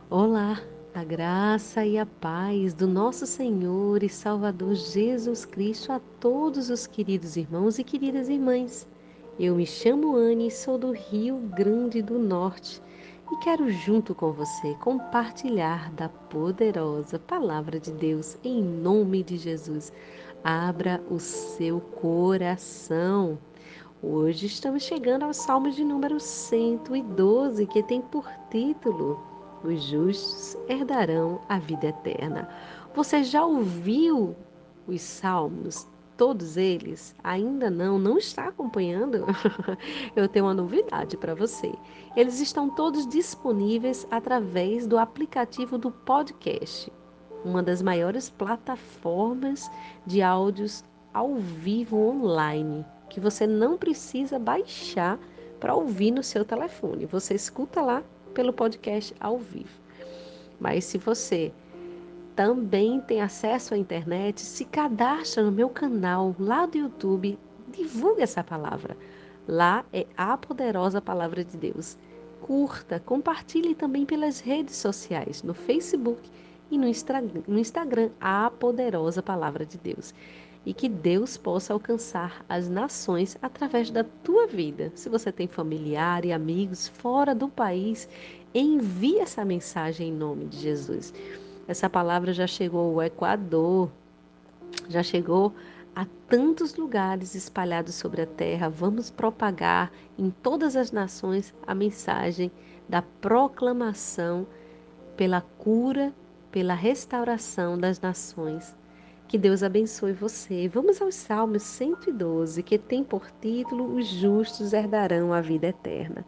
Olá, a graça e a paz do nosso Senhor e Salvador Jesus Cristo a todos os queridos irmãos e queridas irmãs. Eu me chamo Anne e sou do Rio Grande do Norte e quero, junto com você, compartilhar da poderosa Palavra de Deus em nome de Jesus. Abra o seu coração. Hoje estamos chegando ao Salmo de número 112, que tem por título: Os justos herdarão a vida eterna. Você já ouviu os salmos? Todos eles? Ainda não? Não está acompanhando? Eu tenho uma novidade para você. Eles estão todos disponíveis através do aplicativo do podcast, uma das maiores plataformas de áudios ao vivo online, que você não precisa baixar para ouvir no seu telefone. Você escuta lá pelo podcast ao vivo. Mas se você também tem acesso à internet, se cadastra no meu canal lá do YouTube, divulgue essa palavra. Lá é a poderosa palavra de Deus. Curta, compartilhe também pelas redes sociais, no Facebook e no Instagram, a poderosa palavra de Deus. E que Deus possa alcançar as nações através da tua vida. Se você tem familiar e amigos fora do país, envie essa mensagem em nome de Jesus. Essa palavra já chegou ao Equador, já chegou a tantos lugares espalhados sobre a terra. Vamos propagar em todas as nações a mensagem da proclamação pela cura, pela restauração das nações. Que Deus abençoe você. Vamos ao Salmo 112, que tem por título: Os justos herdarão a vida eterna.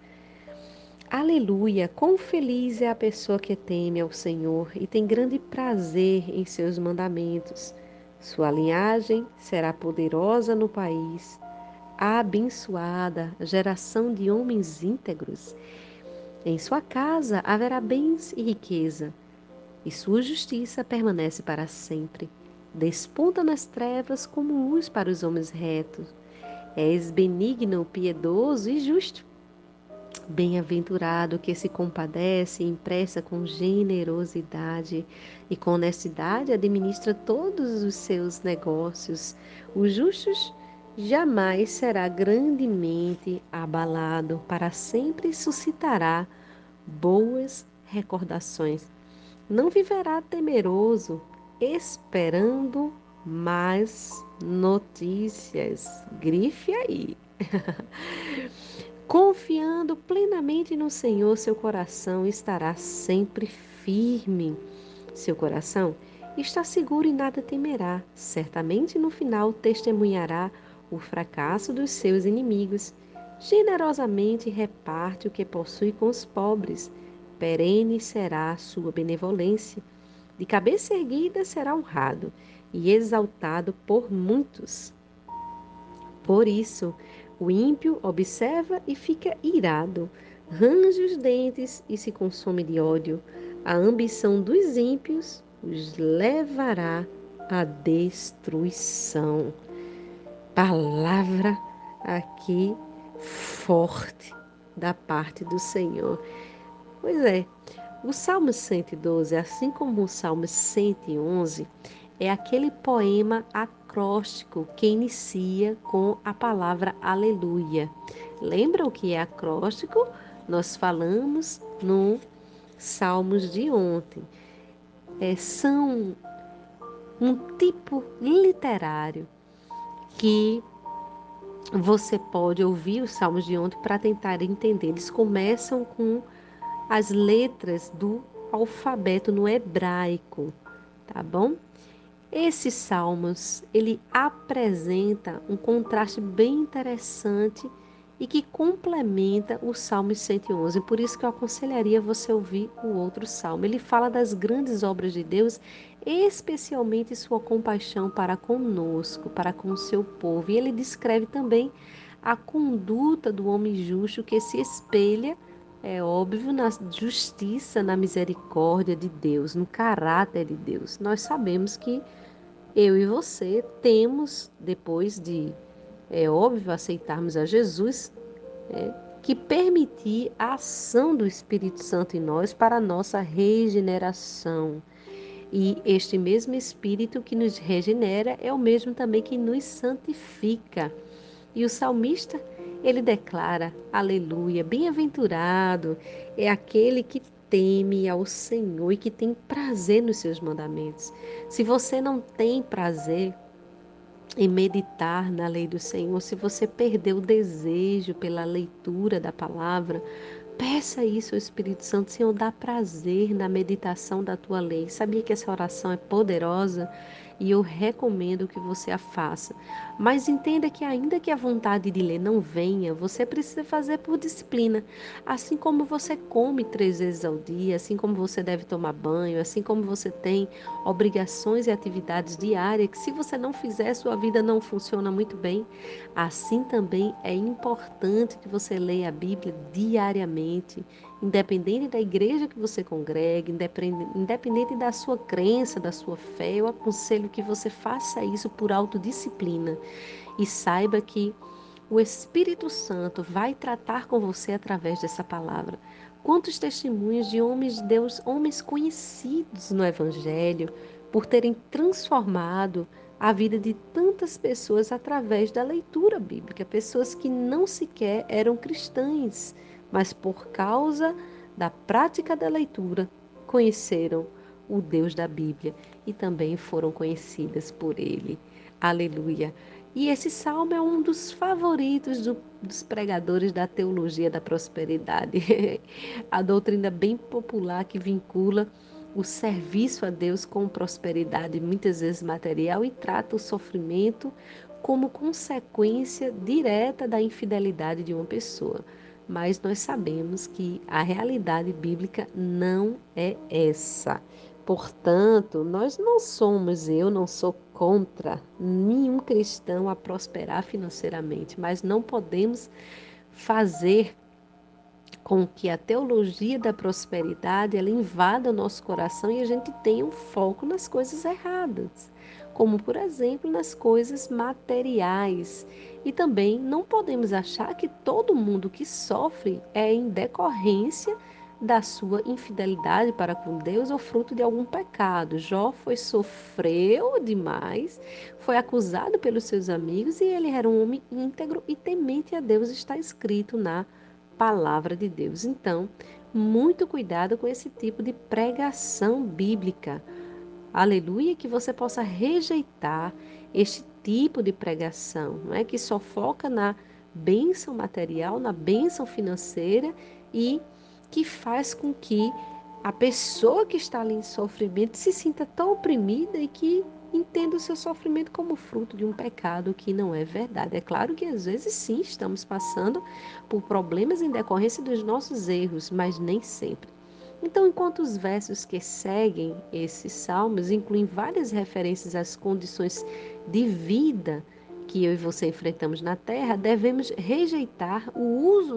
Aleluia! Quão feliz é a pessoa que teme ao Senhor e tem grande prazer em seus mandamentos. Sua linhagem será poderosa no país. Abençoada a geração de homens íntegros. Em sua casa haverá bens e riqueza, e sua justiça permanece para sempre. Desponta nas trevas como luz para os homens retos. És benigno, piedoso e justo. Bem-aventurado que se compadece e empresta com generosidade e com honestidade administra todos os seus negócios. Os justos jamais será grandemente abalado, para sempre suscitará boas recordações. Não viverá temeroso, esperando mais notícias. Grife aí. Confiando plenamente no Senhor, seu coração estará sempre firme. Seu coração está seguro e nada temerá. Certamente no final testemunhará o fracasso dos seus inimigos. Generosamente reparte o que possui com os pobres. Perene será a sua benevolência. De cabeça erguida será honrado e exaltado por muitos. Por isso, o ímpio observa e fica irado, range os dentes e se consome de ódio. A ambição dos ímpios os levará à destruição. Palavra aqui forte da parte do Senhor. Pois é, o Salmo 112, assim como o Salmo 111, é aquele poema acróstico que inicia com a palavra aleluia. Lembra o que é acróstico? Nós falamos no Salmos de ontem. São um tipo literário que você pode ouvir os Salmos de ontem para tentar entender. Eles começam com as letras do alfabeto no hebraico, tá bom? Esses salmos, ele apresenta um contraste bem interessante e que complementa o Salmo 111. Por isso que eu aconselharia você ouvir o outro salmo. Ele fala das grandes obras de Deus, especialmente sua compaixão para conosco, para com o seu povo. E ele descreve também a conduta do homem justo que se espelha, é óbvio, na justiça, na misericórdia de Deus, no caráter de Deus. Nós sabemos que eu e você temos, depois de, é óbvio, aceitarmos a Jesus, que permitir a ação do Espírito Santo em nós para a nossa regeneração. E este mesmo Espírito que nos regenera é o mesmo também que nos santifica. E o salmista, ele declara: Aleluia, bem-aventurado é aquele que teme ao Senhor e que tem prazer nos seus mandamentos. Se você não tem prazer em meditar na lei do Senhor, se você perdeu o desejo pela leitura da palavra, peça isso ao Espírito Santo: Senhor, dá prazer na meditação da tua lei. Sabia que essa oração é poderosa e eu recomendo que você a faça. Mas entenda que, ainda que a vontade de ler não venha, você precisa fazer por disciplina. Assim como você come 3 vezes ao dia, assim como você deve tomar banho, assim como você tem obrigações e atividades diárias que, se você não fizer, sua vida não funciona muito bem. Assim também é importante que você leia a Bíblia diariamente, independente da igreja que você congregue, independente da sua crença, da sua fé. Eu aconselho que você faça isso por autodisciplina e saiba que o Espírito Santo vai tratar com você através dessa palavra. Quantos testemunhos de homens de Deus, homens conhecidos no Evangelho, por terem transformado a vida de tantas pessoas através da leitura bíblica, pessoas que não sequer eram cristãs, mas por causa da prática da leitura conheceram o Deus da Bíblia e também foram conhecidas por ele. Aleluia! E esse salmo é um dos favoritos dos pregadores da teologia da prosperidade. A doutrina bem popular que vincula o serviço a Deus com prosperidade, muitas vezes material, e trata o sofrimento como consequência direta da infidelidade de uma pessoa. Mas nós sabemos que a realidade bíblica não é essa. Portanto, nós não somos, eu não sou contra nenhum cristão a prosperar financeiramente, mas não podemos fazer com que a teologia da prosperidade ela invada o nosso coração e a gente tenha um foco nas coisas erradas, como por exemplo nas coisas materiais. E também não podemos achar que todo mundo que sofre é em decorrência da sua infidelidade para com Deus ou fruto de algum pecado. Jó sofreu demais, foi acusado pelos seus amigos e ele era um homem íntegro e temente a Deus, está escrito na palavra de Deus. Então, muito cuidado com esse tipo de pregação bíblica. Aleluia, que você possa rejeitar este tipo de pregação, não é que só foca na bênção material, na bênção financeira e que faz com que a pessoa que está ali em sofrimento se sinta tão oprimida e que entenda o seu sofrimento como fruto de um pecado que não é verdade. É claro que às vezes sim estamos passando por problemas em decorrência dos nossos erros, mas nem sempre. Então, enquanto os versos que seguem esses salmos incluem várias referências às condições de vida que eu e você enfrentamos na terra, devemos rejeitar o uso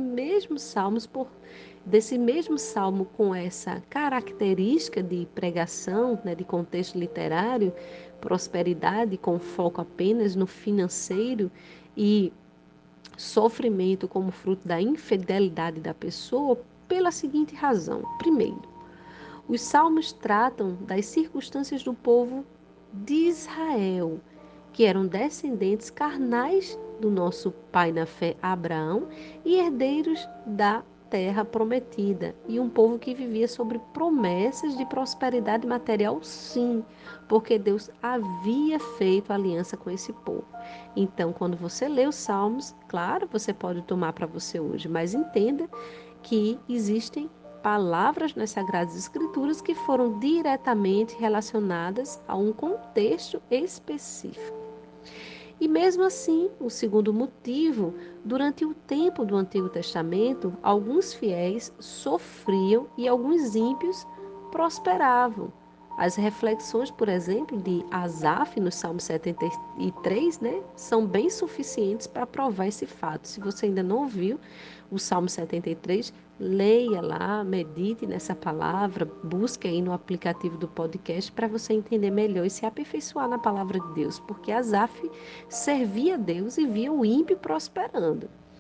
desse mesmo salmo com essa característica de pregação, né, de contexto literário, prosperidade com foco apenas no financeiro e sofrimento como fruto da infidelidade da pessoa, pela seguinte razão: primeiro, os salmos tratam das circunstâncias do povo de Israel, que eram descendentes carnais do nosso pai na fé Abraão e herdeiros da terra prometida, e um povo que vivia sobre promessas de prosperidade material, sim, porque Deus havia feito aliança com esse povo. Então, quando você lê os Salmos, claro, você pode tomar para você hoje, mas entenda que existem palavras nas Sagradas Escrituras que foram diretamente relacionadas a um contexto específico. E mesmo assim, o segundo motivo, durante o tempo do Antigo Testamento, alguns fiéis sofriam e alguns ímpios prosperavam. As reflexões, por exemplo, de Asaf no Salmo 73, né, são bem suficientes para provar esse fato. Se você ainda não ouviu o Salmo 73, leia lá, medite nessa palavra, busque aí no aplicativo do podcast para você entender melhor e se aperfeiçoar na palavra de Deus, porque Asaf servia a Deus e via o ímpio prosperando.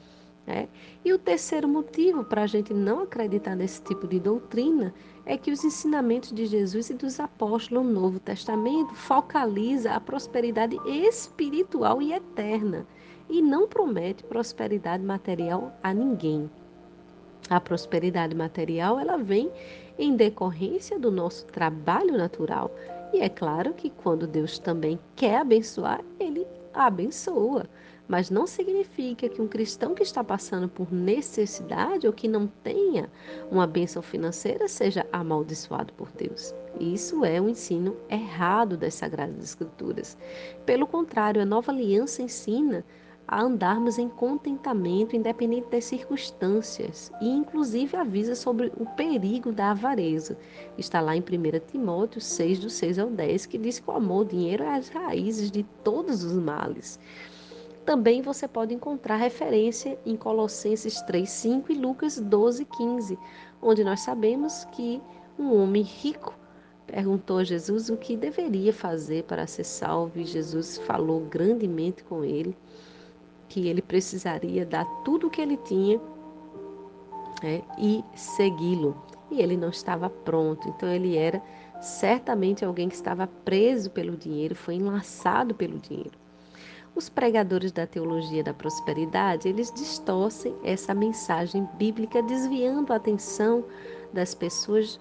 né? E o terceiro motivo para a gente não acreditar nesse tipo de doutrina é que os ensinamentos de Jesus e dos apóstolos no Novo Testamento focaliza a prosperidade espiritual e eterna e não promete prosperidade material a ninguém. A prosperidade material, ela vem em decorrência do nosso trabalho natural. E é claro que quando Deus também quer abençoar, ele abençoa. Mas não significa que um cristão que está passando por necessidade ou que não tenha uma bênção financeira seja amaldiçoado por Deus. Isso é um ensino errado das Sagradas Escrituras. Pelo contrário, a nova aliança ensina a andarmos em contentamento, independente das circunstâncias, e inclusive avisa sobre o perigo da avareza. Está lá em 1 Timóteo 6, do 6 ao 10, que diz que o amor, o dinheiro é as raízes de todos os males. Também você pode encontrar referência em Colossenses 3, 5 e Lucas 12, 15, onde nós sabemos que um homem rico perguntou a Jesus o que deveria fazer para ser salvo, e Jesus falou grandemente com ele que ele precisaria dar tudo o que ele tinha, e segui-lo. E ele não estava pronto, então ele era certamente alguém que estava preso pelo dinheiro, foi enlaçado pelo dinheiro. Os pregadores da teologia da prosperidade, eles distorcem essa mensagem bíblica, desviando a atenção das pessoas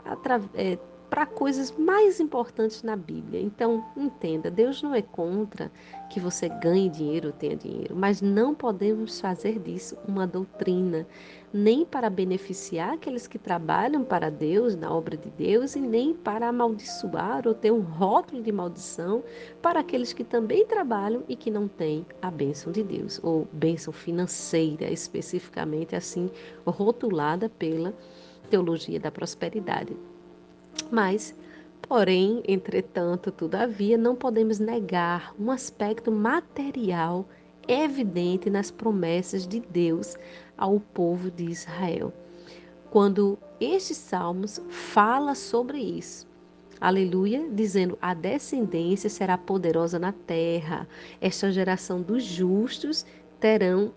para coisas mais importantes na Bíblia. Então, entenda, Deus não é contra que você ganhe dinheiro ou tenha dinheiro, mas não podemos fazer disso uma doutrina, nem para beneficiar aqueles que trabalham para Deus, na obra de Deus, e nem para amaldiçoar ou ter um rótulo de maldição para aqueles que também trabalham e que não têm a bênção de Deus, ou bênção financeira, especificamente assim rotulada pela teologia da prosperidade. Mas, porém, entretanto, todavia, não podemos negar um aspecto material evidente nas promessas de Deus ao povo de Israel. Quando estes salmos fala sobre isso, aleluia, dizendo: a descendência será poderosa na terra, esta geração dos justos terão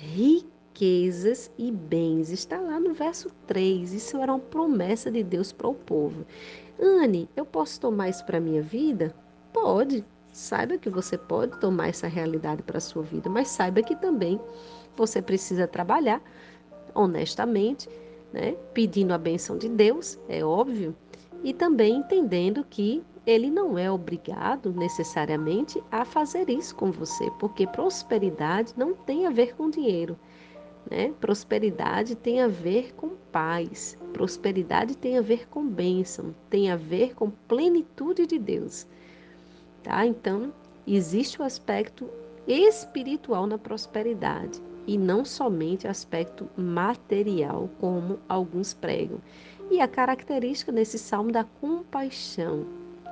riquezas e bens. Está lá no verso 3. Isso era uma promessa de Deus para o povo. Anne, eu posso tomar isso para a minha vida? Pode. Saiba que você pode tomar essa realidade para a sua vida, mas saiba que também você precisa trabalhar honestamente, né? Pedindo a benção de Deus, é óbvio, e também entendendo que ele não é obrigado necessariamente a fazer isso com você, porque prosperidade não tem a ver com dinheiro, né? Prosperidade tem a ver com paz, prosperidade tem a ver com bênção, tem a ver com plenitude de Deus, tá? Então, existe o aspecto espiritual na prosperidade e não somente aspecto material, como alguns pregam. E a característica nesse salmo da compaixão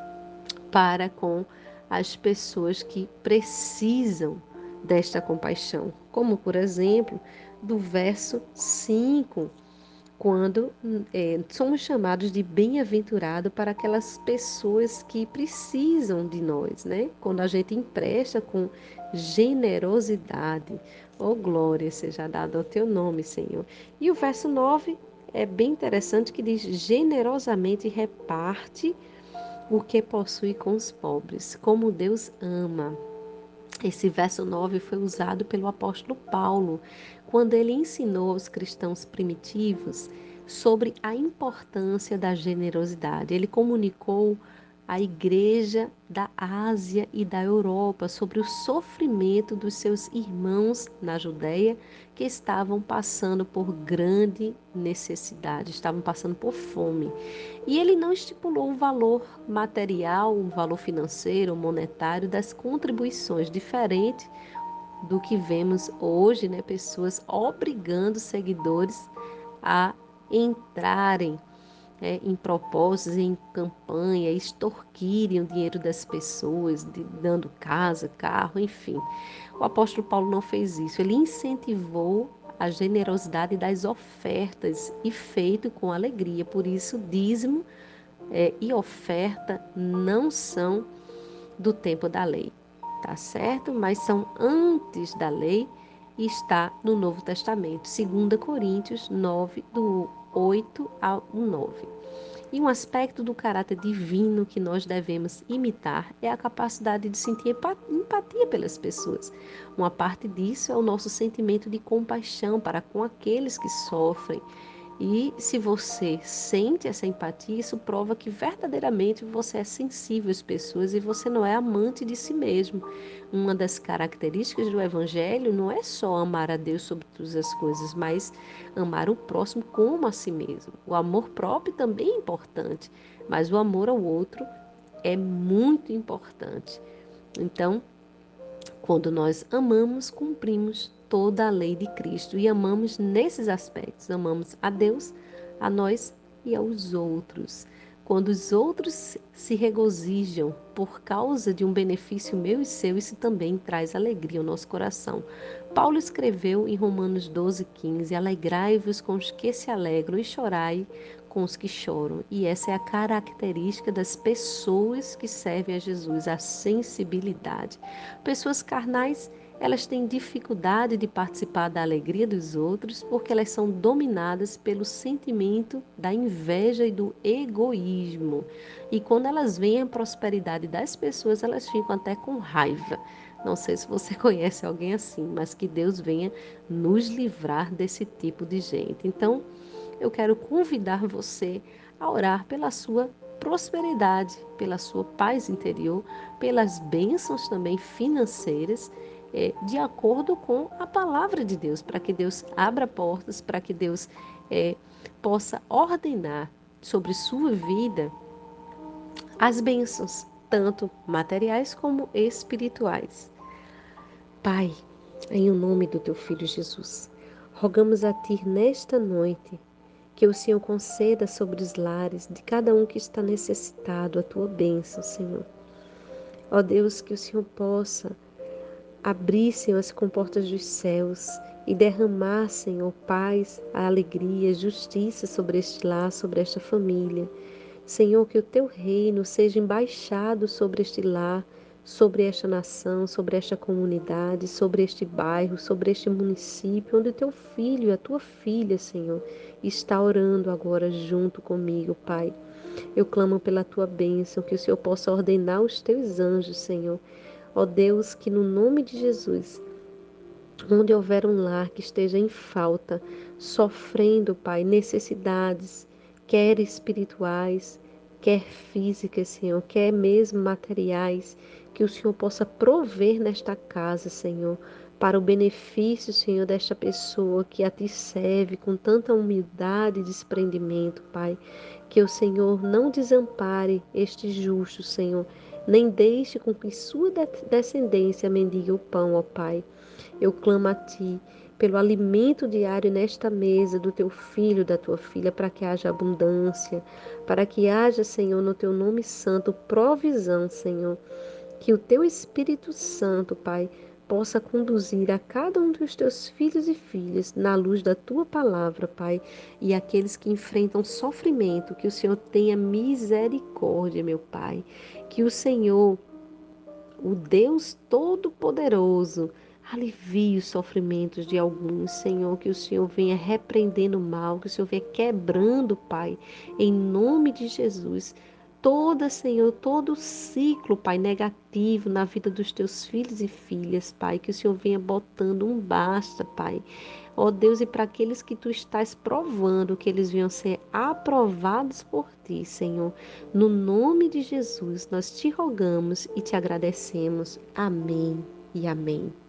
para com as pessoas que precisam desta compaixão, como por exemplo, do verso 5, quando somos chamados de bem-aventurado para aquelas pessoas que precisam de nós, né? Quando a gente empresta com generosidade. Oh, glória seja dada ao teu nome, Senhor. E o verso 9 é bem interessante, que diz: generosamente reparte o que possui com os pobres, como Deus ama. Esse verso 9 foi usado pelo apóstolo Paulo, quando ele ensinou aos cristãos primitivos sobre a importância da generosidade. Ele comunicou à igreja da Ásia e da Europa sobre o sofrimento dos seus irmãos na Judéia, que estavam passando por grande necessidade, estavam passando por fome. E ele não estipulou um valor material, um valor financeiro, monetário das contribuições, diferente do que vemos hoje, né? Pessoas obrigando seguidores a entrarem, em propósitos, em campanha, extorquirem o dinheiro das pessoas, dando casa, carro, enfim. O apóstolo Paulo não fez isso, ele incentivou a generosidade das ofertas e feito com alegria. Por isso, dízimo e oferta não são do tempo da lei, tá certo? Mas são antes da lei e está no Novo Testamento, 2 Coríntios 9, do 8 ao 9. E um aspecto do caráter divino que nós devemos imitar é a capacidade de sentir empatia pelas pessoas. Uma parte disso é o nosso sentimento de compaixão para com aqueles que sofrem. E se você sente essa empatia, isso prova que verdadeiramente você é sensível às pessoas e você não é amante de si mesmo. Uma das características do Evangelho não é só amar a Deus sobre todas as coisas, mas amar o próximo como a si mesmo. O amor próprio também é importante, mas o amor ao outro é muito importante. Então, quando nós amamos, cumprimos toda a lei de Cristo e amamos nesses aspectos. Amamos a Deus, a nós e aos outros. Quando os outros se regozijam por causa de um benefício meu e seu, isso também traz alegria ao nosso coração. Paulo escreveu em Romanos 12:15: Alegrai-vos com os que se alegram e chorai com os que choram. E essa é a característica das pessoas que servem a Jesus, a sensibilidade. Pessoas carnais, elas têm dificuldade de participar da alegria dos outros porque elas são dominadas pelo sentimento da inveja e do egoísmo. E quando elas veem a prosperidade das pessoas, elas ficam até com raiva. Não sei se você conhece alguém assim, mas que Deus venha nos livrar desse tipo de gente. Então, eu quero convidar você a orar pela sua prosperidade, pela sua paz interior, pelas bênçãos também financeiras, de acordo com a palavra de Deus, para que Deus abra portas, para que Deus possa ordenar sobre sua vida as bênçãos, tanto materiais como espirituais. Pai, em o nome do teu Filho Jesus, rogamos a Ti nesta noite que o Senhor conceda sobre os lares de cada um que está necessitado a Tua bênção, Senhor. Ó Deus, que o Senhor possa abrir, Senhor, as comportas dos céus e derramar, Senhor, paz, alegria, justiça sobre este lar, sobre esta família. Senhor, que o Teu reino seja embaixado sobre este lar, sobre esta nação, sobre esta comunidade, sobre este bairro, sobre este município, onde o Teu filho e a Tua filha, Senhor, está orando agora junto comigo, Pai. Eu clamo pela Tua bênção, que o Senhor possa ordenar os Teus anjos, Senhor. Ó Deus, que no nome de Jesus, onde houver um lar que esteja em falta, sofrendo, Pai, necessidades, quer espirituais, quer físicas, Senhor, quer mesmo materiais, que o Senhor possa prover nesta casa, Senhor, para o benefício, Senhor, desta pessoa que a Ti serve com tanta humildade e desprendimento, Pai. Que o Senhor não desampare este justo, Senhor, nem deixe com que sua descendência mendigue o pão, ó Pai. Eu clamo a Ti pelo alimento diário nesta mesa do Teu filho, da Tua filha, para que haja abundância, para que haja, Senhor, no Teu nome santo, provisão, Senhor. Que o Teu Espírito Santo, Pai, possa conduzir a cada um dos Teus filhos e filhas na luz da Tua palavra, Pai, e aqueles que enfrentam sofrimento, que o Senhor tenha misericórdia, meu Pai. Que o Senhor, o Deus Todo-Poderoso, alivie os sofrimentos de alguns, Senhor, que o Senhor venha repreendendo o mal, que o Senhor venha quebrando, Pai, em nome de Jesus. Senhor, todo ciclo, Pai, negativo na vida dos teus filhos e filhas, Pai, que o Senhor venha botando um basta, Pai. Ó Deus, e para aqueles que tu estás provando, que eles venham ser aprovados por ti, Senhor. No nome de Jesus, nós te rogamos e te agradecemos. Amém e amém.